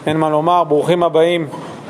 אין מה לומר, ברוכים הבאים.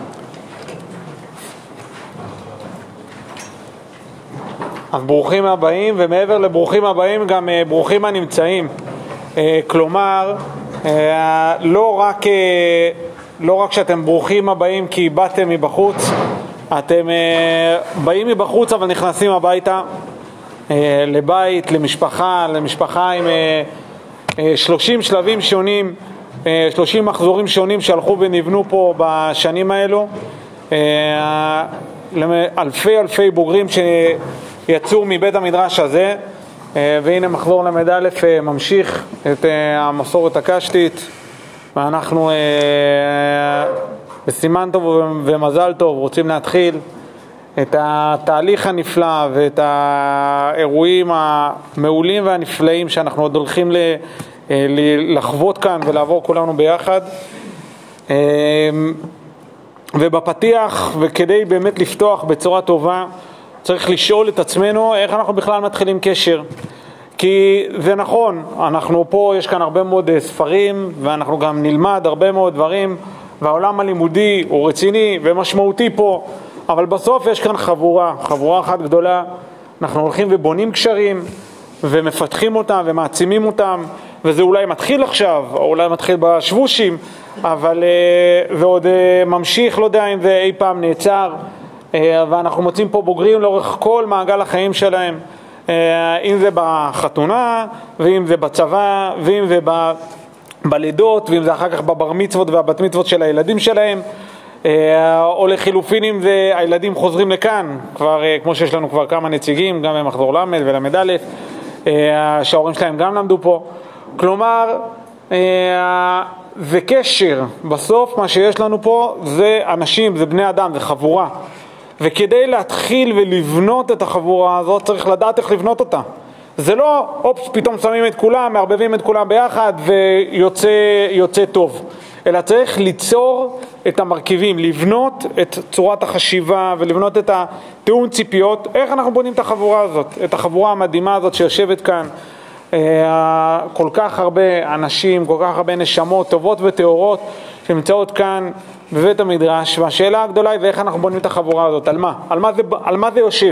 אז ברוכים הבאים, ומעבר לברוכים הבאים גם ברוכים הנמצאים. כלומר, לא רק שאתם ברוכים הבאים כי באתם מבחוץ, אתם באים מבחוץ אבל נכנסים הביתה, לבית, למשפחה עם 30 שלבים שונים, 30 מחזורים שונים שהלכו ונבנו פה בשנים האלו, אלפי בוגרים שיצאו מבית המדרש הזה. והנה מחזור למד א' ממשיך את המסורת הקשתית, ואנחנו בסימן טוב ומזל טוב רוצים להתחיל את התהליך הנפלא ואת האירועים המעולים והנפלאים שאנחנו עוד הולכים לחוות כאן ולעבור כולנו ביחד. ובפתיח, וכדי באמת לפתוח בצורה טובה, צריך לשאול את עצמנו איך אנחנו בכלל מתחילים קשר. כי זה נכון, אנחנו פה, יש כאן הרבה מאוד ספרים, ואנחנו גם נלמד הרבה מאוד דברים, והעולם הלימודי הוא רציני ומשמעותי פה, אבל בסוף יש כאן חבורה אחת גדולה. אנחנו הולכים ובונים קשרים, ומפתחים אותם ומעצימים אותם, וזה אולי מתחיל עכשיו, או אולי מתחיל בשבושים, אבל זה עוד ממשיך, לא יודע אם זה אי פעם נעצר, ואנחנו מוצאים פה בוגרים לאורך כל מעגל החיים שלהם, אם זה בחתונה, ואם זה בצבא, ואם זה בלידות, ואם זה אחר כך בבר מצוות והבת מצוות של הילדים שלהם, או לחילופין אם זה הילדים חוזרים לכאן, כבר, כמו שיש לנו כבר כמה נציגים, גם במחזור למד ולמד א', שההורים שלהם גם למדו פה. כלומר, זה קשר. בסוף מה שיש לנו פה זה אנשים, זה בני אדם, זה חבורה. וכדי להתחיל ולבנות את החבורה הזאת צריך לדעת איך לבנות אותה. זה לא פתאום שמים את כולם, מערבבים את כולם ביחד ויוצא טוב, אלא צריך ליצור את המרכיבים, לבנות את צורת החשיבה ולבנות את התיאום ציפיות. איך אנחנו בונים את החבורה הזאת, את החבורה המדהימה הזאת שיושבת כאן, כל כך הרבה אנשים, כל כך הרבה נשמות טובות וטהורות שנמצאות כאן בבית המדרש. והשאלה הגדולה היא ואיך אנחנו בונים את החבורה הזאת, על מה זה יושב.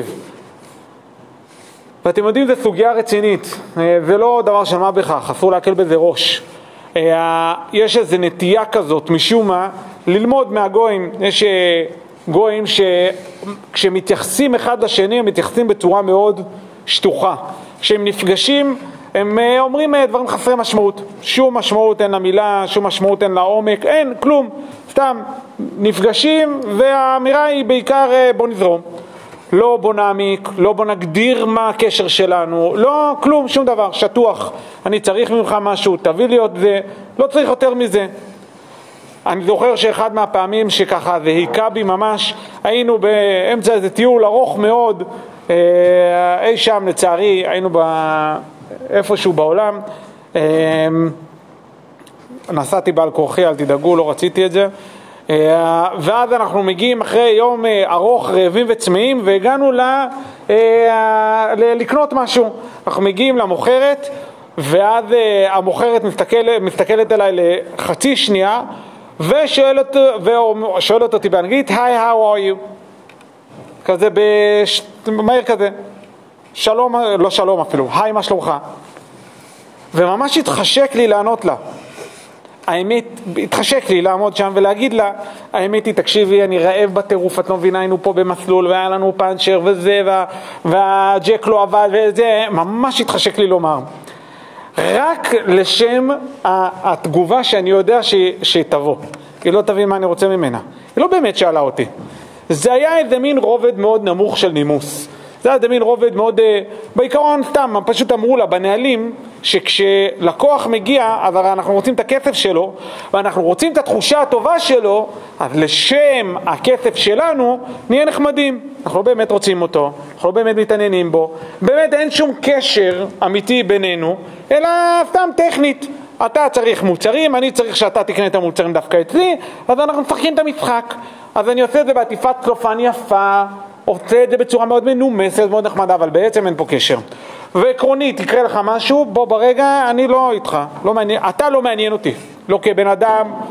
ואתם יודעים, זו סוגיה רצינית, זה לא דבר של מה בכך, אסור להקל בזה ראש. יש איזו נטייה כזאת משום מה ללמוד מהגויים. יש גויים שכשמתייחסים אחד לשני הם מתייחסים בצורה מאוד שטוחה. כשהם נפגשים הם אומרים דברים חסרי משמעות, שום משמעות אין למילה, שום משמעות אין לעומק, אין כלום, סתם נפגשים, והאמירה היא בעיקר בוא נזרום, לא בוא נעמיק, לא בוא נגדיר מה הקשר שלנו, לא כלום, שום דבר, שטוח. אני צריך ממך משהו, תביא לי עוד זה, לא צריך יותר מזה. אני זוכר שאחד מהפעמים שככה זה היכה בי ממש, היינו באמצע איזה טיול ארוך מאוד, אי שם לצערי, היינו איפשהו בעולם, נסעתי בעל כורחי, אל תדאגו, לא רציתי את זה, ואז אנחנו מגיעים אחרי יום ארוך רעבים וצמאים, והגענו לקנות משהו. אנחנו מגיעים למוכרת, ואז המוכרת מסתכלת אליי לחצי שנייה, ושואלת אותי באנגלית, Hi, how are you? כזה מהר כזה, שלום, לא שלום אפילו, היי, מה שלומך? וממש התחשק לי לענות לה. האמת, התחשק לי לעמוד שם ולהגיד לה, האמת היא, תקשיבי, אני רעב בטירוף, את לא מבינה, היינו פה במסלול והיה לנו פאנצ'ר וזה, והג'ק לא עבד וזה, ממש התחשק לי לומר. רק לשם התגובה שאני יודע שתבוא. היא לא תבין מה אני רוצה ממנה. היא לא באמת שאלה אותי. זה היה איזה מין רובד מאוד נמוך של נימוס. זה היה מין רובד מאוד, בעיקרון סתם, פשוט אמרו לה בנהלים, שכשלקוח מגיע, אז הרי אנחנו רוצים את הכסף שלו, ואנחנו רוצים את התחושה הטובה שלו, אז לשם הכסף שלנו, נהיה נחמדים. אנחנו לא באמת רוצים אותו, אנחנו לא באמת מתעניינים בו, באמת אין שום קשר אמיתי בינינו, אלא סתם טכנית. אתה צריך מוצרים, אני צריך שאתה תקנה את המוצרים דווקא אצלי, אז אנחנו משחקים את המשחק. אז אני עושה את זה בעטיפת צלופן יפה, עושה את זה בצורה מאוד מנומסת, מאוד נחמדה, אבל בעצם אין פה קשר. ועקרונית, יקרה לך משהו, בוא ברגע, אני לא איתך, לא מעניין, אתה לא מעניין אותי, לא כבן אדם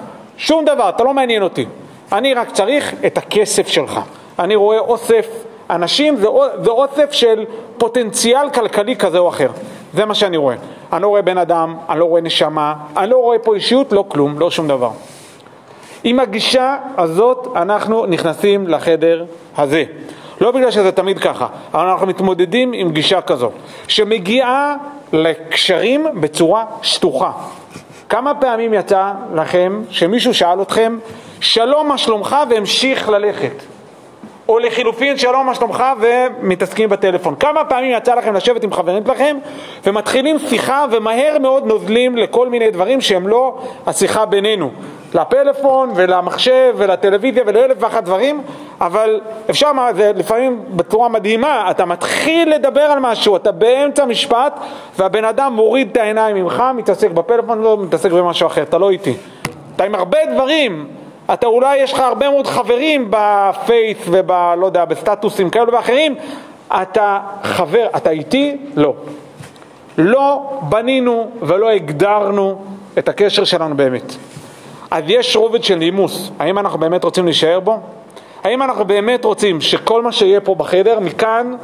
שום דבר, אתה לא מעניין אותי. אני רק צריך את הכסף שלך. אני רואה אוסף אנשים, זה אוסף של פוטנציאל כלכלי כזה או אחר. זה מה שאני רואה. אני לא רואה בן אדם, אני לא רואה נשמה, אני לא רואה פה אישיות, לא כלום, לא שום דבר. עם הגישה הזאת אנחנו נכנסים לחדר הזה. לא בגלל שזה תמיד ככה, אבל אנחנו מתמודדים עם גישה כזו, שמגיעה לקשרים בצורה שטוחה. כמה פעמים יצא לכם שמישהו שאל אתכם, שלום מה שלומך, והמשיך ללכת? או לחילופין, שלום מה שלומך, ומתעסקים בטלפון. כמה פעמים יצא לכם לשבת עם חברים לכם, ומתחילים שיחה, ומהר מאוד נוזלים לכל מיני דברים שהם לא השיחה בינינו. לפלאפון ולמחשב ולטלוויזיה ולאלף ואחת דברים, אבל אפשר, זה לפעמים בצורה מדהימה, אתה מתחיל לדבר על משהו, אתה באמצע משפט, והבן אדם מוריד את העיניים ממך, מתעסק בפלאפון, לא מתעסק במשהו אחר, אתה לא איתי. אתה עם הרבה דברים, אתה אולי יש לך הרבה מאוד חברים בפייס לא יודע, בסטטוסים כאלה ואחרים, אתה חבר, אתה איתי? לא. לא בנינו ולא הגדרנו את הקשר שלנו באמת. אז יש רובד של נימוס. האם אנחנו באמת רוצים להישאר בו? האם אנחנו באמת רוצים שכל מה שיהיה פה בחדר, מכאן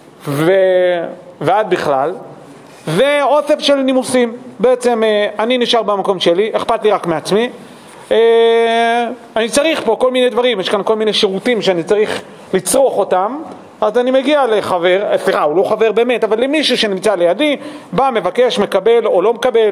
ועד בכלל, זה אוסף של נימוסים. בעצם אני נשאר במקום שלי, אכפת לי רק מעצמי. אני צריך פה כל מיני דברים, יש כאן כל מיני שירותים שאני צריך לצרוך אותם, אז אני מגיע לחבר, סליחה, הוא לא חבר באמת, אבל למישהו שנמצא לידי, בא, מבקש, מקבל או לא מקבל.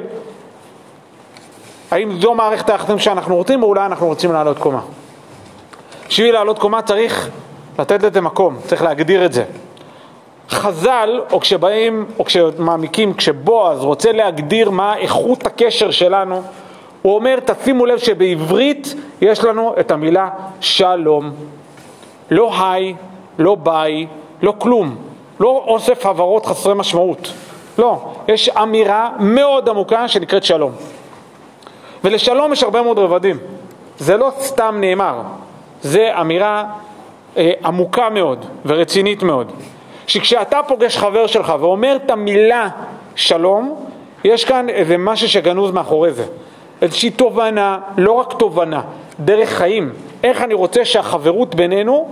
האם זו מערכת היחסים שאנחנו רוצים, או אולי אנחנו רוצים לעלות קומה? בשביל לעלות קומה צריך לתת לזה מקום, צריך להגדיר את זה. חז"ל, או כשבאים, או כשמעמיקים, כשבועז רוצה להגדיר מה איכות הקשר שלנו, הוא אומר, תשימו לב שבעברית יש לנו את המילה שלום. לא היי, לא ביי, לא כלום. לא אוסף הברות חסרי משמעות. לא, יש אמירה מאוד עמוקה שנקראת שלום. ולשלום יש הרבה מאוד רבדים. זה לא סתם נאמר. זה אמירה עמוקה מאוד ורצינית מאוד. שכשאתה פוגש חבר שלך ואומר את המילה שלום, יש כאן איזה משהו שגנוז מאחורי זה. איזושהי תובנה, לא רק תובנה, דרך חיים. איך אני רוצה שהחברות בינינו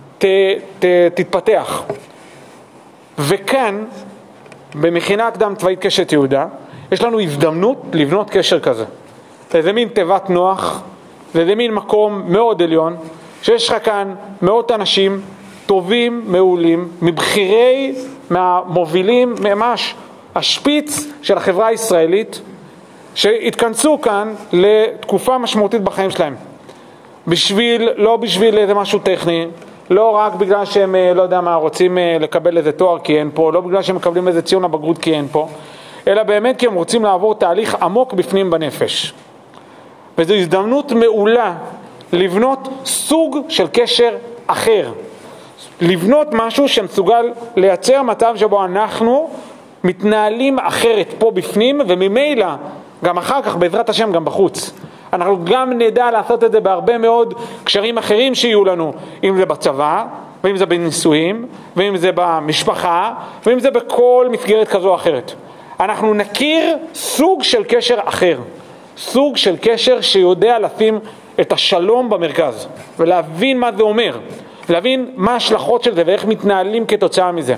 תתפתח. וכאן, במכינה הקדם צבאית קשת יהודה, יש לנו הזדמנות לבנות קשר כזה. זה מין תיבת נוח, זה מין מקום מאוד עליון, שיש לך כאן מאות אנשים טובים, מעולים, מבחירי, מהמובילים, ממש השפיץ של החברה הישראלית, שהתכנסו כאן לתקופה משמעותית בחיים שלהם. לא בשביל איזה משהו טכני, לא רק בגלל שהם, לא יודע מה, רוצים לקבל איזה תואר כי אין פה, לא בגלל שהם מקבלים איזה ציון לבגרות כי אין פה, אלא באמת כי הם רוצים לעבור תהליך עמוק בפנים בנפש. וזו הזדמנות מעולה לבנות סוג של קשר אחר. לבנות משהו שמסוגל לייצר מצב שבו אנחנו מתנהלים אחרת פה בפנים, וממילא גם אחר כך בעזרת השם גם בחוץ. אנחנו גם נדע לעשות את זה בהרבה מאוד קשרים אחרים שיהיו לנו, אם זה בצבא, ואם זה בנישואים, ואם זה במשפחה, ואם זה בכל מסגרת כזו או אחרת. אנחנו נכיר סוג של קשר אחר, סוג של קשר שיודע לשים את השלום במרכז, ולהבין מה זה אומר, להבין מה ההשלכות של זה ואיך מתנהלים כתוצאה מזה.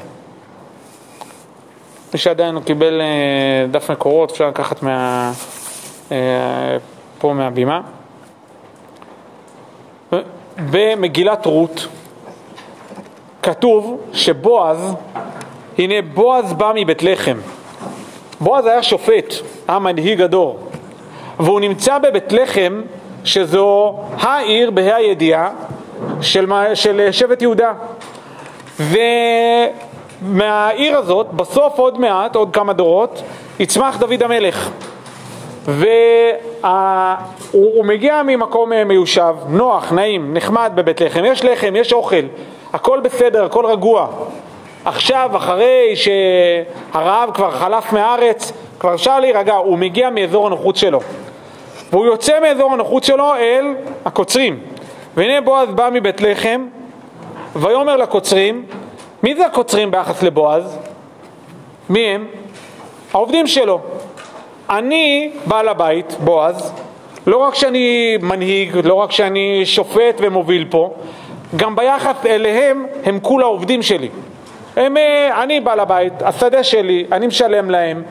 מי שעדיין הוא קיבל דף מקורות, אפשר לקחת פה מהבימה. במגילת רות כתוב שבועז, הנה בועז בא מבית לחם. בועז היה שופט, היה מנהיג הדור, והוא נמצא בבית לחם, שזו העיר בה"א הידיעה של שבט יהודה. ומהעיר הזאת, בסוף עוד מעט, עוד כמה דורות, יצמח דוד המלך. והוא מגיע ממקום מיושב, נוח, נעים, נחמד בבית לחם, יש לחם, יש אוכל, הכל בסדר, הכל רגוע. עכשיו, אחרי שהרעב כבר חלף מהארץ, כבר אפשר להירגע, הוא מגיע מאזור הנוחות שלו. והוא יוצא מאזור הנוחות שלו אל הקוצרים. והנה בועז בא מבית לחם, ויאמר לקוצרים, מי זה הקוצרים ביחס לבועז? מי הם? העובדים שלו. אני בעל הבית, בועז, לא רק שאני מנהיג, לא רק שאני שופט ומוביל פה, גם ביחס אליהם הם כולה עובדים שלי. אני בעל הבית, השדה שלי, אני משלם להם.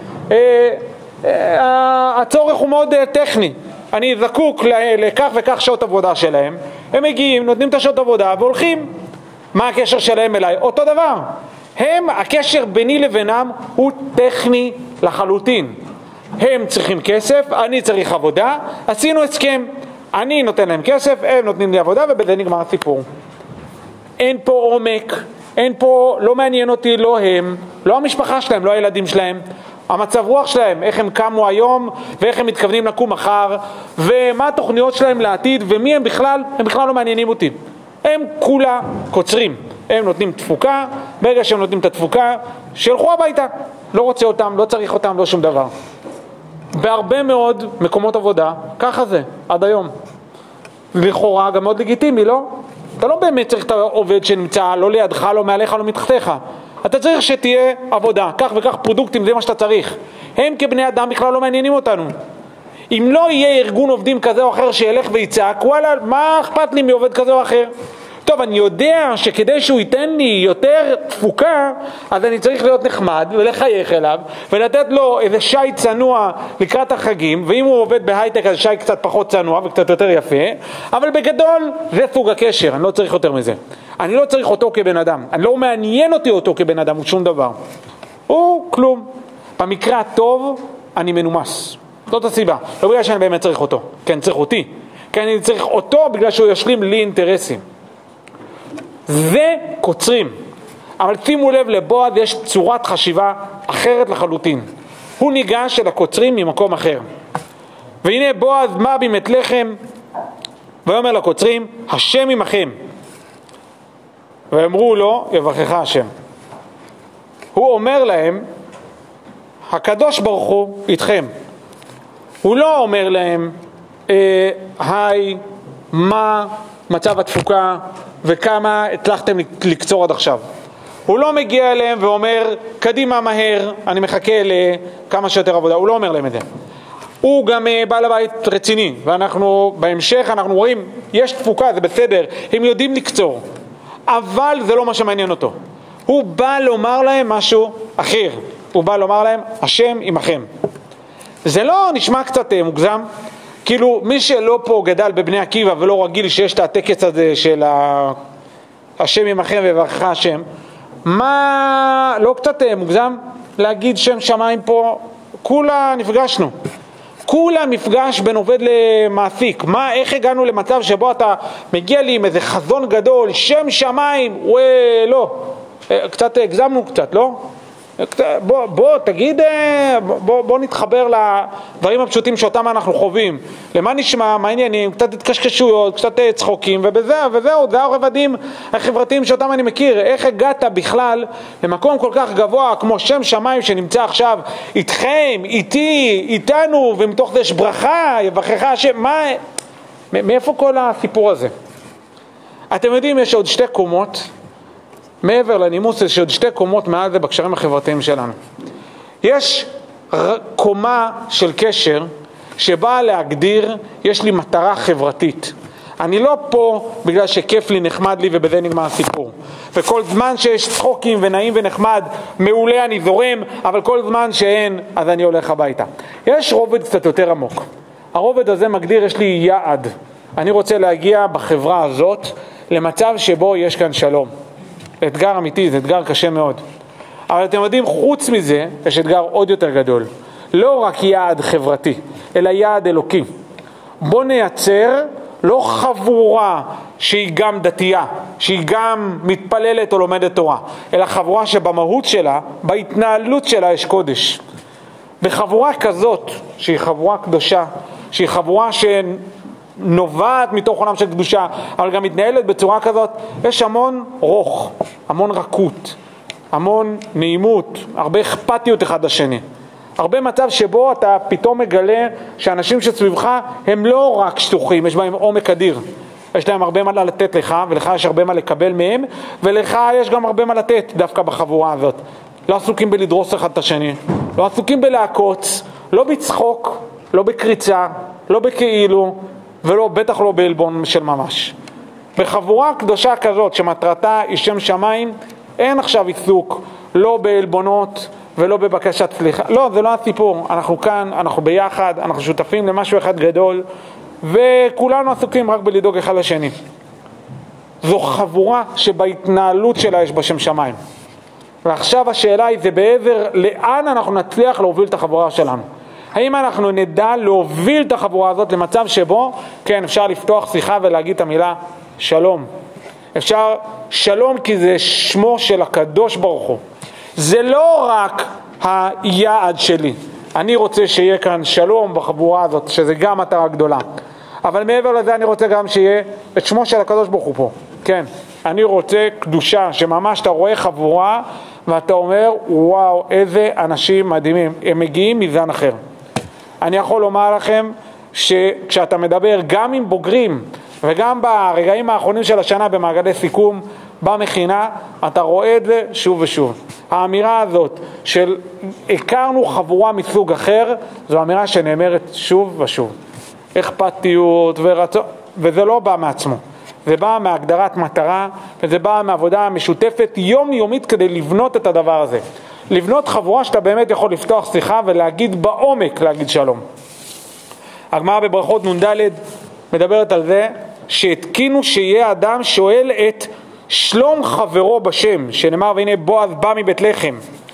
הצורך הוא מאוד טכני. אני זקוק לכך וכך שעות עבודה שלהם. הם מגיעים, נותנים את השעות עבודה והולכים. מה הקשר שלהם אליי? אותו דבר. הקשר ביני לבינם הוא טכני לחלוטין. הם צריכים כסף, אני צריך עבודה, עשינו הסכם. אני נותן להם כסף, הם נותנים לי עבודה, ובזה נגמר הסיפור. אין פה עומק, אין פה, לא מעניין אותי, לא הם, לא המשפחה שלהם, לא הילדים שלהם, המצב רוח שלהם, איך הם קמו היום, ואיך הם מתכוונים לקום מחר, ומה התוכניות שלהם לעתיד, ומי הם בכלל לא מעניינים אותי. הם כולה קוצרים, הם נותנים תפוקה, ברגע שהם נותנים את התפוקה, שילכו הביתה, לא רוצה אותם, לא צריך אותם, לא שום דבר. בהרבה מאוד מקומות עבודה, ככה זה, עד היום. לכאורה גם מאוד לגיטימי, לא? אתה לא באמת צריך את העובד שנמצא לא לידך, לא מעליך, לא מתחתיך. אתה צריך שתהיה עבודה, כך וכך פרודוקטים, זה מה שאתה צריך. הם כבני אדם בכלל לא מעניינים אותנו. אם לא יהיה ארגון עובדים כזה או אחר שילך ויצעק, וואלה, מה אכפת לי מעובד כזה או אחר? טוב, אני יודע שכדי שהוא ייתן לי יותר תפוקה, אז אני צריך להיות נחמד ולחייך אליו, ולתת לו איזה שי צנוע לקראת החגים, ואם הוא עובד בהייטק אז שי קצת פחות צנוע וקצת יותר יפה, אבל בגדול זה סוג הקשר, אני לא צריך יותר מזה. אני לא צריך אותו כבן אדם, אני לא מעניין אותי אותו כבן אדם, הוא שום דבר. הוא כלום. במקרה הטוב אני מנומס. זאת הסיבה, לא בגלל שאני באמת צריך אותו, כי אני צריך אותי, כי אני צריך אותו בגלל שהוא ישלים לי אינטרסים. זה קוצרים. אבל שימו לב, לבועז יש צורת חשיבה אחרת לחלוטין. הוא ניגש אל הקוצרים ממקום אחר. והנה בועז מביאים את לחם ואומר לקוצרים, השם עמכם. ואמרו לו, יברכך השם. הוא אומר להם, הקדוש ברוך הוא איתכם. הוא לא אומר להם, היי, מה מצב התפוקה וכמה הצלחתם לקצור עד עכשיו. הוא לא מגיע אליהם ואומר, קדימה מהר, אני מחכה לכמה שיותר עבודה. הוא לא אומר להם את זה. הוא גם בעל הבית רציני, ואנחנו בהמשך אנחנו רואים, יש תפוקה, זה בסדר, הם יודעים לקצור, אבל זה לא מה שמעניין אותו. הוא בא לומר להם משהו אחר. הוא בא לומר להם, השם עמכם. זה לא נשמע קצת מוגזם? כאילו מי שלא פה גדל בבני עקיבא ולא רגיל שיש את הטקס הזה של השם עמכם וברכך השם, מה לא קצת מוגזם להגיד שם שמיים פה? כולה נפגשנו, כולה מפגש בין עובד למעסיק. איך הגענו למצב שבו אתה מגיע לי עם איזה חזון גדול, שם שמיים? לא, קצת הגזמנו קצת, לא? בוא תגיד, בוא נתחבר לדברים הפשוטים שאותם אנחנו חווים. למה נשמע, מה העניינים, קצת התקשקשויות, קצת צחוקים, וזהו, זה הרבדים החברתיים שאותם אני מכיר. איך הגעת בכלל למקום כל כך גבוה כמו שם שמיים שנמצא עכשיו איתכם, איתי, איתנו, ומתוך זה יש ברכה, יברכך השם? מאיפה כל הסיפור הזה? אתם יודעים, יש עוד שתי קומות מעבר לנימוס, יש עוד שתי קומות מעל זה בקשרים החברתיים שלנו. יש קומה של קשר שבאה להגדיר, יש לי מטרה חברתית. אני לא פה בגלל שכיף לי, נחמד לי ובזה נגמר הסיפור. וכל זמן שיש צחוקים ונעים ונחמד, מעולה אני זורם, אבל כל זמן שאין, אז אני הולך הביתה. יש רובד קצת יותר עמוק. הרובד הזה מגדיר, יש לי יעד. אני רוצה להגיע בחברה הזאת למצב שבו יש כאן שלום. אתגר אמיתי, זה אתגר קשה מאוד. אבל אתם יודעים, חוץ מזה, יש אתגר עוד יותר גדול. לא רק יעד חברתי, אלא יעד אלוקי. בוא נייצר לא חבורה שהיא גם דתייה, שהיא גם מתפללת או לומדת תורה, אלא חבורה שבמהות שלה, בהתנהלות שלה יש קודש. בחבורה כזאת, שהיא חבורה קדושה, שהיא חבורה נובעת מתוך עולם של קדושה, אבל גם מתנהלת בצורה כזאת, יש המון רוך, המון רכות, המון נעימות, הרבה אכפתיות אחד לשני. הרבה מצב שבו אתה פתאום מגלה שאנשים שסביבך הם לא רק שטוחים, יש בהם עומק אדיר. יש להם הרבה מה לתת לך, ולך יש הרבה מה לקבל מהם, ולך יש גם הרבה מה לתת דווקא בחבורה הזאת. לא עסוקים בלדרוס אחד את השני, לא עסוקים בלעקוץ, לא בצחוק, לא בקריצה, לא בכאילו, בטח לא בעלבון של ממש. בחבורה קדושה כזאת שמטרתה היא שם שמיים, אין עכשיו עיסוק, לא בעלבונות ולא בבקשת סליחה. לא, זה לא הסיפור. אנחנו כאן, אנחנו ביחד, אנחנו שותפים למשהו אחד גדול, וכולנו עסוקים רק בלדאוג אחד לשני. זו חבורה שבהתנהלות שלה יש בשם שמיים. ועכשיו השאלה היא, זה בעבר לאן אנחנו נצליח להוביל את החבורה שלנו. האם אנחנו נדע להוביל את החבורה הזאת למצב שבו, כן, אפשר לפתוח שיחה ולהגיד את המילה שלום. אפשר שלום כי זה שמו של הקדוש ברוך הוא. זה לא רק היעד שלי. אני רוצה שיהיה כאן שלום בחבורה הזאת, שזה גם מטרה גדולה. אבל מעבר לזה אני רוצה גם שיהיה את שמו של הקדוש ברוך הוא פה. כן, אני רוצה קדושה, שממש אתה רואה חבורה ואתה אומר, וואו, איזה אנשים מדהימים. הם מגיעים מזן אחר. אני יכול לומר לכם שכשאתה מדבר גם עם בוגרים וגם ברגעים האחרונים של השנה במעגלי סיכום במכינה, אתה רואה את זה שוב ושוב. האמירה הזאת של הכרנו חבורה מסוג אחר, זו אמירה שנאמרת שוב ושוב. אכפתיות ורצון, וזה לא בא מעצמו. זה בא מהגדרת מטרה, וזה בא מעבודה משותפת יומיומית כדי לבנות את הדבר הזה. לבנות חבורה שאתה באמת יכול לפתוח שיחה ולהגיד בעומק, להגיד שלום. הגמרא בברכות נ"ד מדברת על זה שהתקינו שיהיה אדם שואל את שלום חברו בשם, שנאמר והנה בועז בא מבית לחם.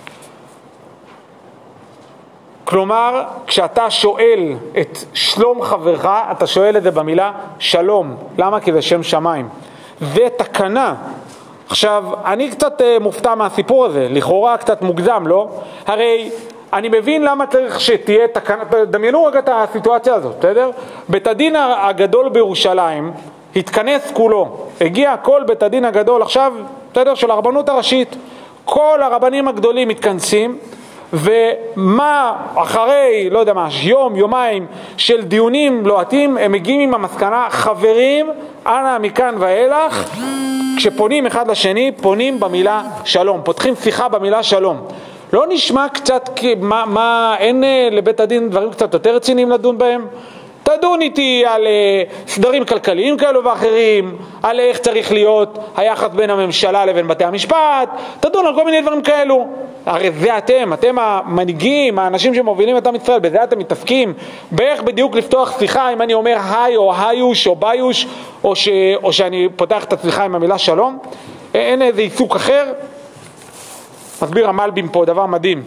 כלומר, כשאתה שואל את שלום חברך, אתה שואל את זה במילה שלום. למה? כי זה שם שמיים. זה תקנה. עכשיו, אני קצת מופתע מהסיפור הזה, לכאורה קצת מוגזם, לא? הרי אני מבין למה צריך שתהיה תקנה, דמיינו רגע את הסיטואציה הזאת, בסדר? בית הדין הגדול בירושלים התכנס כולו, הגיע כל בית הדין הגדול עכשיו, בסדר? של הרבנות הראשית, כל הרבנים הגדולים מתכנסים, ומה אחרי, לא יודע מה, יום, יומיים של דיונים לוהטים, הם מגיעים עם המסקנה, חברים, אנא מכאן ואילך, כשפונים אחד לשני, פונים במילה שלום, פותחים שיחה במילה שלום. לא נשמע קצת, אין לבית הדין דברים קצת יותר רציניים לדון בהם? תדון איתי על סדרים כלכליים כאלו ואחרים, על איך צריך להיות היחס בין הממשלה לבין בתי המשפט, תדון על כל מיני דברים כאלו. הרי זה אתם המנהיגים, האנשים שמובילים את עם ישראל, בזה אתם מתעסקים, באיך בדיוק לפתוח שיחה, אם אני אומר היי או היוש או ביוש, או שאני פותח את השיחה עם המילה שלום, אין איזה עיסוק אחר. מסביר המלבים פה דבר מדהים.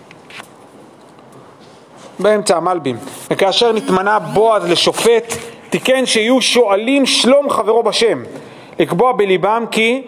באמצע המלבים, וכאשר נתמנה בועז לשופט, תיקן שיהיו שואלים שלום חברו בשם, לקבוע בליבם כי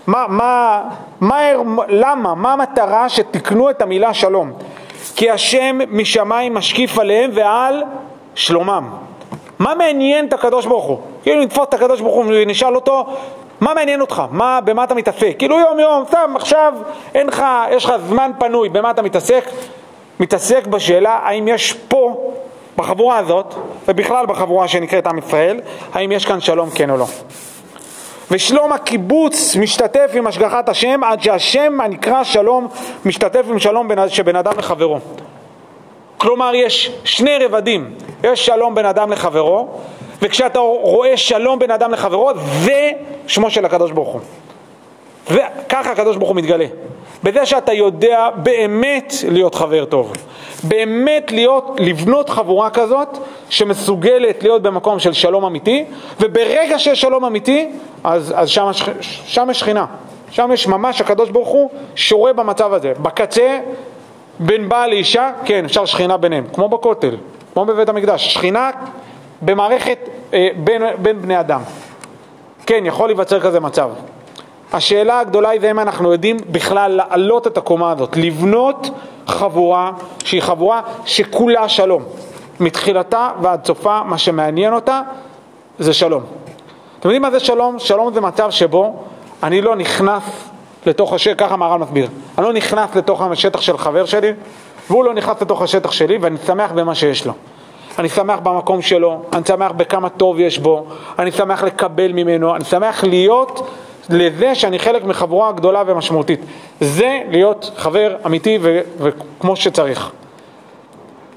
למה? מה המטרה שתקנו את המילה שלום? כי השם משמיים משקיף עליהם ועל שלומם. מה מעניין את הקדוש ברוך הוא? כאילו נתפוס את הקדוש ברוך הוא ונשאל אותו, מה מעניין אותך? במה אתה מתעסק? כאילו יום יום, סתם עכשיו יש לך זמן פנוי, במה אתה מתעסק בשאלה האם יש פה בחבורה הזאת, ובכלל בחבורה שנקראת עם ישראל, האם יש כאן שלום כן או לא. ושלום הקיבוץ משתתף עם השגחת השם, עד שהשם הנקרא שלום משתתף עם שלום שבין אדם לחברו. כלומר יש שני רבדים, יש שלום בין אדם לחברו, וכשאתה רואה שלום בין אדם לחברו, זה שמו של הקדוש ברוך הוא. וככה הקדוש ברוך הוא מתגלה. בזה שאתה יודע באמת להיות חבר טוב. באמת לבנות חבורה כזאת שמסוגלת להיות במקום של שלום אמיתי, וברגע שיש שלום אמיתי, אז שם יש שכינה. שם יש ממש הקדוש ברוך הוא שורה במצב הזה. בקצה, בין בעל לאישה, כן, אפשר שכינה ביניהם. כמו בכותל, כמו בבית המקדש. שכינה במערכת בין בני אדם. כן, יכול להיווצר כזה מצב. השאלה הגדולה היא אם אנחנו יודעים בכלל לעלות את הקומה הזאת, לבנות חבורה שהיא חבורה שכולה שלום. מתחילתה ועד סופה, מה שמעניין אותה זה שלום. אתם יודעים מה זה שלום? שלום זה מצב שבו אני לא נכנס לתוך השטח, ככה מהר"ל מסביר, אני לא נכנס לתוך השטח של חבר שלי, והוא לא נכנס לתוך השטח שלי, ואני שמח במה שיש לו. אני שמח במקום שלו, אני שמח בכמה טוב יש בו, אני שמח לקבל ממנו, אני שמח להיות לזה שאני חלק מחבורה גדולה ומשמעותית. זה להיות חבר אמיתי וכמו שצריך.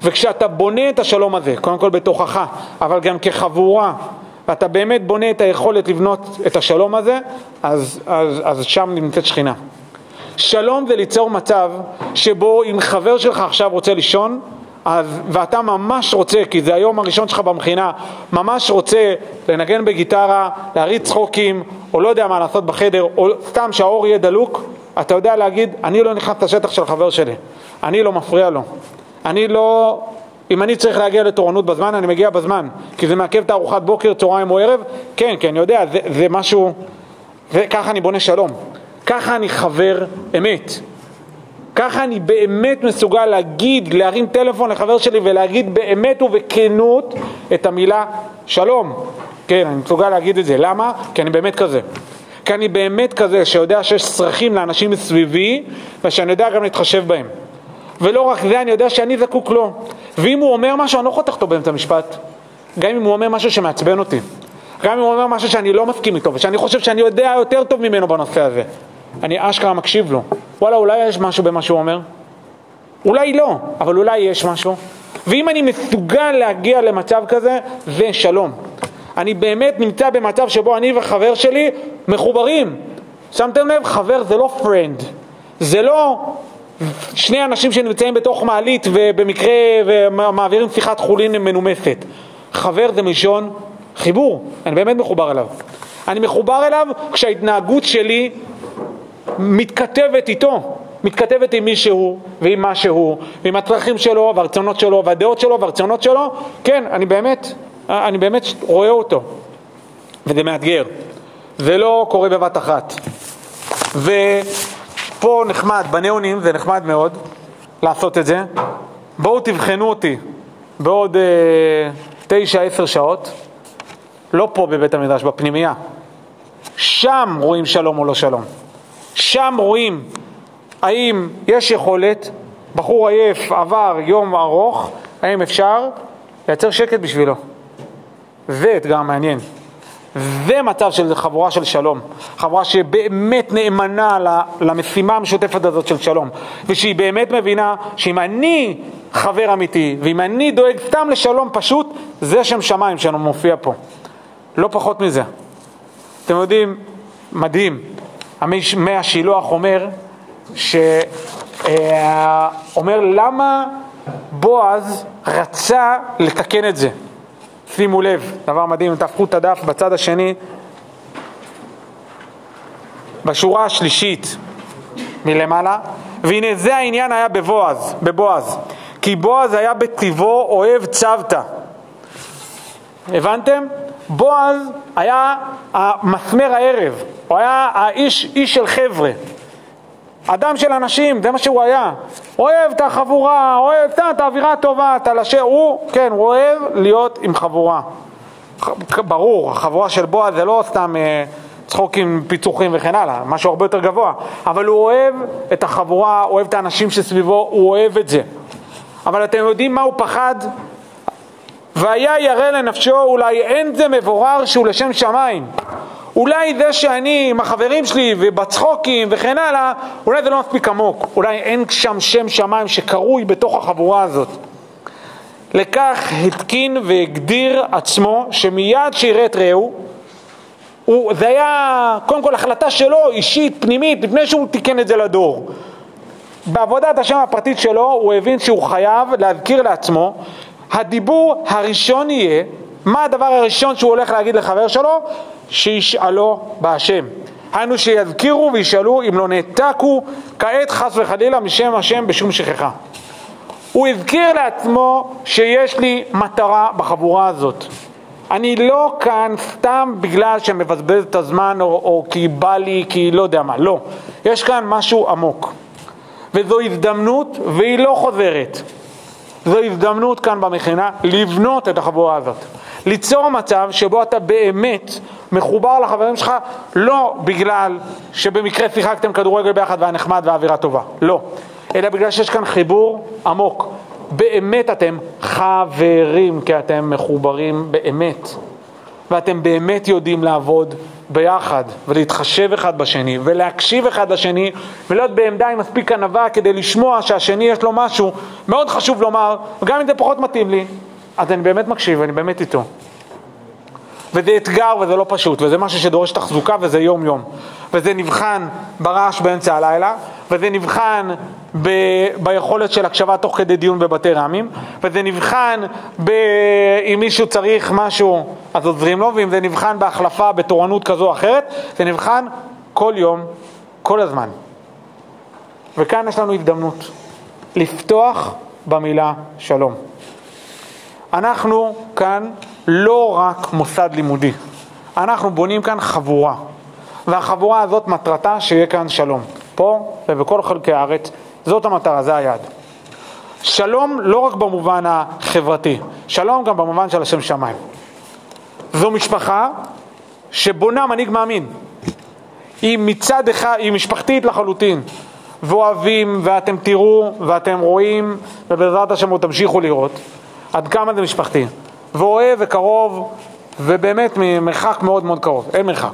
וכשאתה בונה את השלום הזה, קודם כל בתוכך, אבל גם כחבורה, ואתה באמת בונה את היכולת לבנות את השלום הזה, אז שם נמצאת שכינה. שלום זה ליצור מצב שבו אם חבר שלך עכשיו רוצה לישון, ואתה ממש רוצה, כי זה היום הראשון שלך במכינה, ממש רוצה לנגן בגיטרה, להריץ צחוקים, או לא יודע מה לעשות בחדר, או סתם שהאור יהיה דלוק, אתה יודע להגיד, אני לא נכנס לשטח של חבר שלי, אני לא מפריע לו, אני לא, אם אני צריך להגיע לתורנות בזמן, אני מגיע בזמן, כי זה מעכב את ארוחת בוקר, צהריים או ערב, כן, אני יודע, זה משהו, וככה אני בונה שלום, ככה אני חבר אמת. ככה אני באמת מסוגל להגיד, להרים טלפון לחבר שלי ולהגיד באמת ובכנות את המילה שלום. כן, אני מסוגל להגיד את זה. למה? כי אני באמת כזה. כי אני באמת כזה שיודע שיש צרכים לאנשים מסביבי ושאני יודע גם להתחשב בהם. ולא רק זה, אני יודע שאני זקוק לו. ואם הוא אומר משהו, אני לא חותך אותו באמצע המשפט. גם אם הוא אומר משהו שמעצבן אותי. גם אם הוא אומר משהו שאני לא מסכים איתו ושאני חושב שאני יודע יותר טוב ממנו בנושא הזה. אני אשכרה מקשיב לו. וואלה, אולי יש משהו במה שהוא אומר? אולי לא, אבל אולי יש משהו. ואם אני מסוגל להגיע למצב כזה, זה שלום. אני באמת נמצא במצב שבו אני וחבר שלי מחוברים. שמתם לב? חבר זה לא friend. זה לא שני אנשים שנמצאים בתוך מעלית ובמקרה ומעבירים שיחת חולין מנומסת. חבר זה מלשון חיבור. אני באמת מחובר אליו. אני מחובר אליו כשההתנהגות שלי מתכתבת איתו, מתכתבת עם מישהו ועם משהו, ועם הצרכים שלו והרצונות שלו והדעות שלו והרצונות שלו. כן, אני באמת רואה אותו, וזה מאתגר, זה לא קורה בבת אחת. ופה נחמד, בנאונים זה נחמד מאוד לעשות את זה. בואו תבחנו אותי בעוד 9-10 שעות, לא פה בבית המדרש, בפנימייה. שם רואים שלום או לא שלום. שם רואים האם יש יכולת, בחור עייף עבר יום ארוך, האם אפשר לייצר שקט בשבילו. זה אתגר מעניין. זה מצב של חבורה של שלום, חבורה שבאמת נאמנה למשימה המשותפת הזאת של שלום, ושהיא באמת מבינה שאם אני חבר אמיתי ואם אני דואג סתם לשלום פשוט, זה שם שמיים שלנו מופיע פה, לא פחות מזה. אתם יודעים, מדהים, מי השילוח אומר אומר למה בועז רצה לתקן את זה. שימו לב, דבר מדהים, תהפכו את הדף בצד השני, בשורה השלישית מלמעלה, והנה זה העניין היה בבועז, כי בועז היה בטבעו אוהב צוותא. הבנתם? בועז היה המסמר הערב, הוא היה איש של חבר'ה, אדם של אנשים, זה מה שהוא היה. אוהב את החבורה, אוהב את האווירה הטובה, הוא אוהב להיות עם חבורה. ברור, החבורה של בועז זה לא סתם צחוקים, פיצוחים וכן הלאה, משהו הרבה יותר גבוה, אבל הוא אוהב את החבורה, אוהב את האנשים שסביבו, הוא אוהב את זה. אבל אתם יודעים מה הוא פחד? והיה ירא לנפשו, אולי אין זה מבורר שהוא לשם שמיים. אולי זה שאני עם החברים שלי ובצחוקים וכן הלאה, אולי זה לא מספיק עמוק, אולי אין שם שם שמיים שקרוי בתוך החבורה הזאת. לכך התקין והגדיר עצמו שמיד שיראה את רעהו, זה היה קודם כל החלטה שלו, אישית, פנימית, לפני שהוא תיקן את זה לדור. בעבודת השם הפרטית שלו הוא הבין שהוא חייב להזכיר לעצמו, הדיבור הראשון יהיה, מה הדבר הראשון שהוא הולך להגיד לחבר שלו? שישאלו בהשם. היינו שיזכירו וישאלו אם לא נעתקו כעת חס וחלילה משם השם בשום שכחה. הוא הזכיר לעצמו שיש לי מטרה בחבורה הזאת. אני לא כאן סתם בגלל שמבזבז את הזמן או כי בא לי, כי לא יודע מה, לא. יש כאן משהו עמוק. וזו הזדמנות והיא לא חוזרת. זו הזדמנות כאן במכינה לבנות את החבורה הזאת. ליצור מצב שבו אתה באמת מחובר לחברים שלך, לא בגלל שבמקרה שיחקתם כדורגל ביחד והנחמד והאווירה טובה, לא. אלא בגלל שיש כאן חיבור עמוק. באמת אתם חברים, כי אתם מחוברים באמת. ואתם באמת יודעים לעבוד ביחד ולהתחשב אחד בשני ולהקשיב אחד לשני ולהיות בעמדה עם מספיק ענווה כדי לשמוע שהשני יש לו משהו מאוד חשוב לומר, וגם אם זה פחות מתאים לי, אז אני באמת מקשיב ואני באמת איתו. וזה אתגר וזה לא פשוט, וזה משהו שדורש תחזוקה וזה יום יום. וזה נבחן ברעש באמצע הלילה, וזה נבחן ביכולת של הקשבה תוך כדי דיון בבתי רעמים, וזה נבחן אם מישהו צריך משהו אז עוזרים לו, ואם זה נבחן בהחלפה בתורנות כזו או אחרת, זה נבחן כל יום, כל הזמן. וכאן יש לנו הזדמנות לפתוח במילה שלום. אנחנו כאן לא רק מוסד לימודי, אנחנו בונים כאן חבורה, והחבורה הזאת מטרתה שיהיה כאן שלום, פה ובכל חלקי הארץ, זאת המטרה, זה היעד. שלום לא רק במובן החברתי, שלום גם במובן של השם שמיים. זו משפחה שבונה מנהיג מאמין, היא מצד אחד, היא משפחתית לחלוטין, ואוהבים, ואתם תראו ואתם רואים, ובעזרת השם עוד תמשיכו לראות עד כמה זה משפחתי, ואוהב וקרוב, ובאמת ממרחק מאוד מאוד קרוב, אין מרחק.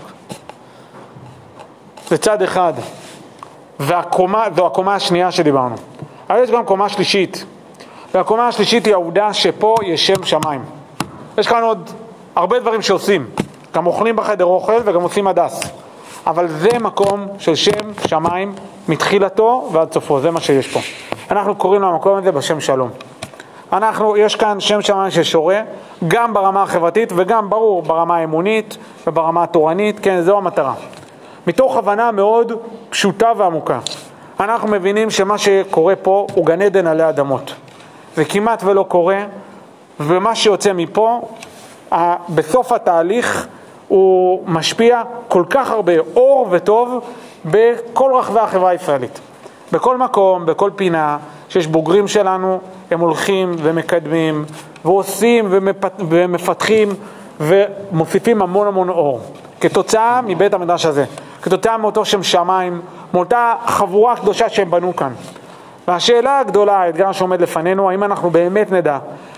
זה צד אחד, זו הקומה השנייה שדיברנו. אבל יש גם קומה שלישית, והקומה השלישית היא העובדה שפה יש שם שמיים. יש כאן עוד הרבה דברים שעושים, גם אוכלים בחדר אוכל וגם עושים הדס, אבל זה מקום של שם שמיים מתחילתו ועד סופו, זה מה שיש פה. אנחנו קוראים למקום הזה בשם שלום. יש כאן שם שמיים ששורה, גם ברמה החברתית וגם ברור ברמה האמונית וברמה התורנית, כן, זו המטרה. מתוך הבנה מאוד פשוטה ועמוקה. אנחנו מבינים שמה שקורה פה הוא גן עדן עלי אדמות. זה כמעט ולא קורה, ומה שיוצא מפה, בסוף התהליך הוא משפיע כל כך הרבה אור וטוב בכל רחבי החברה הישראלית. בכל מקום, בכל פינה שיש בוגרים שלנו, הם הולכים ומקדמים ועושים ומפתחים ומוסיפים המון המון אור. כתוצאה מבית המדרש הזה, כתוצאה מאותו שם שמיים, מאותה חבורה קדושה שהם בנו כאן. והשאלה הגדולה, האתגר שעומד לפנינו, האם אנחנו באמת נדע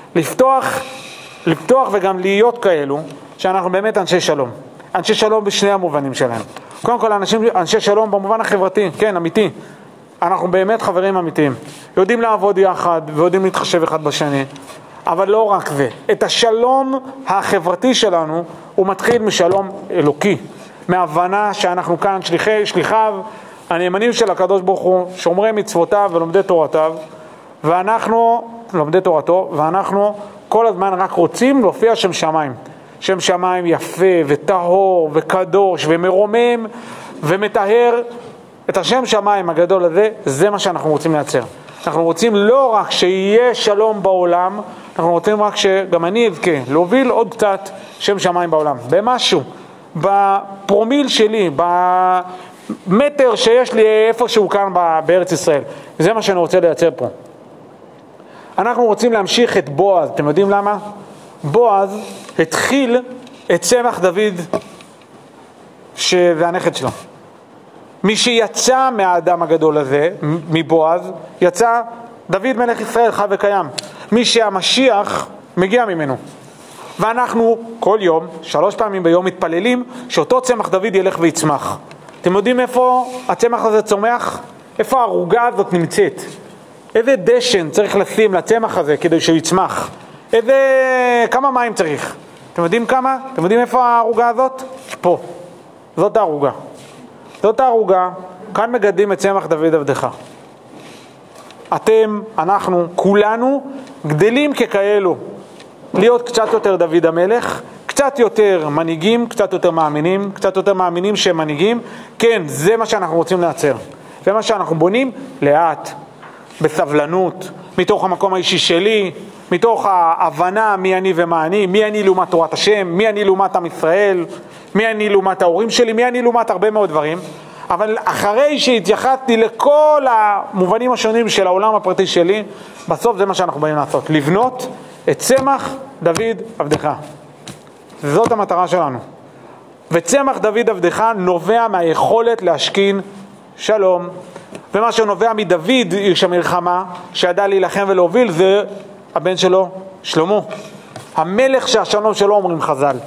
לפתוח וגם להיות כאלו, שאנחנו באמת אנשי שלום. אנשי שלום בשני המובנים שלהם. קודם כל, אנשי שלום במובן החברתי, כן, אמיתי. אנחנו באמת חברים אמיתיים. יודעים לעבוד יחד ויודעים להתחשב אחד בשני. אבל לא רק זה. את השלום החברתי שלנו, הוא מתחיל משלום אלוקי. מהבנה שאנחנו כאן שליחיו, הנאמנים של הקדוש ברוך הוא, שומרי מצוותיו ולומדי תורתו, ואנחנו כל הזמן רק רוצים להופיע שם שמיים. שם שמיים יפה וטהור וקדוש ומרומם ומטהר. את השם שמיים הגדול הזה, זה מה שאנחנו רוצים לייצר. אנחנו רוצים לא רק שיהיה שלום בעולם, אנחנו רוצים רק שגם אני אזכה להוביל עוד קצת שם שמיים בעולם. במשהו, בפרומיל שלי, במטר שיש לי איפשהו כאן בארץ ישראל. זה מה שאני רוצה לייצר פה. אנחנו רוצים להמשיך את בועז. אתם יודעים למה? בועז התחיל את צמח דוד, שזה הנכד שלו. מי שיצא מהאדם הגדול הזה, מבועז, יצא דוד מלך ישראל חי וקיים. מי שהמשיח מגיע ממנו. ואנחנו כל יום, 3 פעמים ביום, מתפללים שאותו צמח דוד ילך ויצמח. אתם יודעים איפה הצמח הזה צומח? איפה הערוגה הזאת נמצאת? איזה דשן צריך לשים לצמח הזה כדי שהוא יצמח? כמה מים צריך? אתם יודעים כמה? אתם יודעים איפה הערוגה הזאת? פה. זאת הערוגה. זאת הערוגה, כאן מגדלים את צמח דוד עבדך. אתם, אנחנו, כולנו גדלים ככאלו, להיות קצת יותר דוד המלך, קצת יותר מנהיגים, קצת יותר מאמינים, קצת יותר מאמינים שהם מנהיגים. כן, זה מה שאנחנו רוצים לייצר. זה מה שאנחנו בונים לאט, בסבלנות, מתוך המקום האישי שלי, מתוך ההבנה מי אני ומה אני, מי אני לעומת תורת השם, מי אני לעומת עם ישראל, מי אני לעומת ההורים שלי, מי אני לעומת הרבה מאוד דברים. אבל אחרי שהתייחסתי לכל המובנים השונים של העולם הפרטי שלי, בסוף זה מה שאנחנו באים לעשות, לבנות את צמח דוד עבדך. זאת המטרה שלנו. וצמח דוד עבדך נובע מהיכולת להשכין שלום. ומה שנובע מדוד, איש המלחמה, שידע להילחם ולהוביל, זה הבן שלו, שלמה. המלך שהשלום שלו, אומרים חז"ל.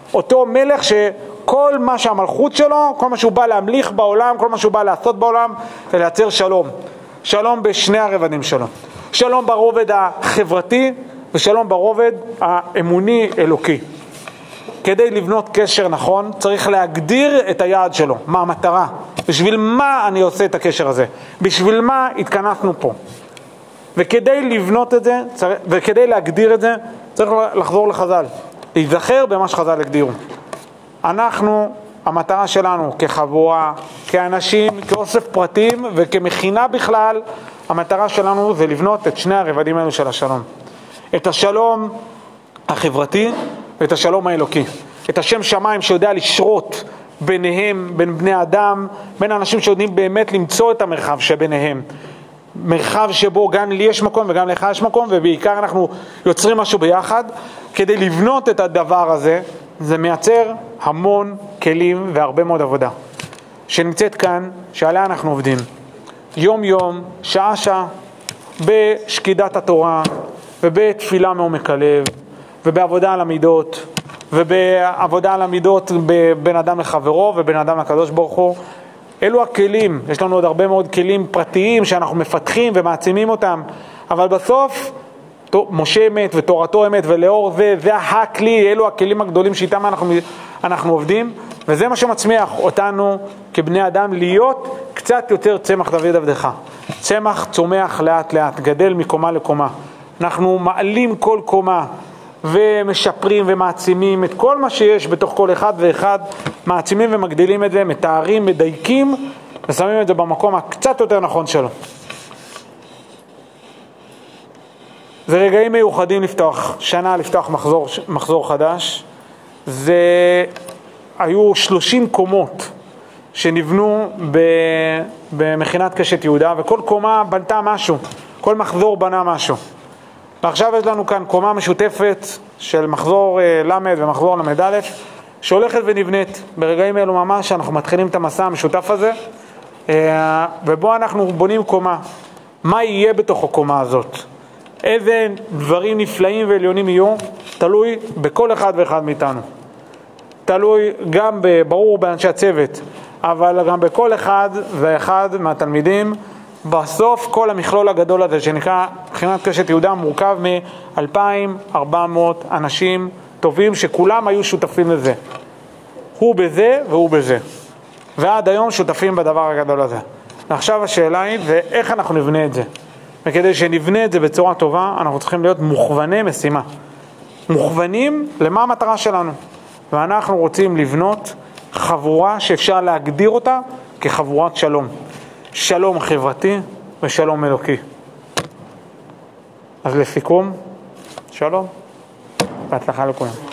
אותו מלך שכל מה שהמלכות שלו, כל מה שהוא בא להמליך בעולם, כל מה שהוא בא לעשות בעולם, זה לייצר שלום. שלום בשני הרבדים שלו. שלום ברובד החברתי ושלום ברובד האמוני אלוקי. כדי לבנות קשר נכון צריך להגדיר את היעד שלו, מה המטרה, בשביל מה אני עושה את הקשר הזה, בשביל מה התכנסנו פה. וכדי לבנות את זה, וכדי להגדיר את זה, צריך לחזור לחז"ל, להיזכר במה שחז"ל הגדירו. אנחנו, המטרה שלנו כחבורה, כאנשים, כאוסף פרטים וכמכינה בכלל, המטרה שלנו זה לבנות את שני הרבדים האלו של השלום. את השלום החברתי ואת השלום האלוקי. את השם שמיים שיודע לשרות ביניהם, בין בני אדם, בין אנשים שיודעים באמת למצוא את המרחב שביניהם. מרחב שבו גם לי יש מקום וגם לך יש מקום, ובעיקר אנחנו יוצרים משהו ביחד. כדי לבנות את הדבר הזה, זה מייצר המון כלים והרבה מאוד עבודה שנמצאת כאן, שעליה אנחנו עובדים יום יום, שעה שעה, בשקידת התורה ובתפילה מעומק הלב ובעבודה על המידות, ובעבודה על המידות בין אדם לחברו ובין אדם לקדוש ברוך הוא. אלו הכלים. יש לנו עוד הרבה מאוד כלים פרטיים שאנחנו מפתחים ומעצימים אותם, אבל בסוף משה אמת ותורתו אמת, ולאור זה הכלי, אלו הכלים הגדולים שאיתם אנחנו עובדים, וזה מה שמצמיח אותנו כבני אדם להיות קצת יותר צמח דוד עבדך. צמח צומח לאט לאט, גדל מקומה לקומה. אנחנו מעלים כל קומה ומשפרים ומעצימים את כל מה שיש בתוך כל אחד ואחד, מעצימים ומגדילים את זה, מתארים, מדייקים ושמים את זה במקום הקצת יותר נכון שלו. זה רגעים מיוחדים לפתוח שנה, לפתוח מחזור חדש. זה היו 30 קומות שנבנו במכינת קשת יהודה, וכל קומה בנתה משהו, כל מחזור בנה משהו. ועכשיו יש לנו כאן קומה משותפת של מחזור למד ומחזור למד א', שהולכת ונבנית. ברגעים אלו ממש אנחנו מתחילים את המסע המשותף הזה, ובו אנחנו בונים קומה. מה יהיה בתוך הקומה הזאת? איזה דברים נפלאים ועליונים יהיו? תלוי בכל אחד ואחד מאיתנו. תלוי גם ברור באנשי הצוות, אבל גם בכל אחד ואחד מהתלמידים. בסוף כל המכלול הגדול הזה שנקרא מכינת קשת יהודה מורכב מ-2,400 אנשים טובים שכולם היו שותפים לזה. הוא בזה והוא בזה. ועד היום שותפים בדבר הגדול הזה. ועכשיו השאלה היא, ואיך אנחנו נבנה את זה? וכדי שנבנה את זה בצורה טובה, אנחנו צריכים להיות מוכווני משימה. מוכוונים למה המטרה שלנו. ואנחנו רוצים לבנות חבורה שאפשר להגדיר אותה כחבורת שלום. שלום חברתי ושלום אלוקי. אז לסיכום, שלום. בהצלחה לכולם.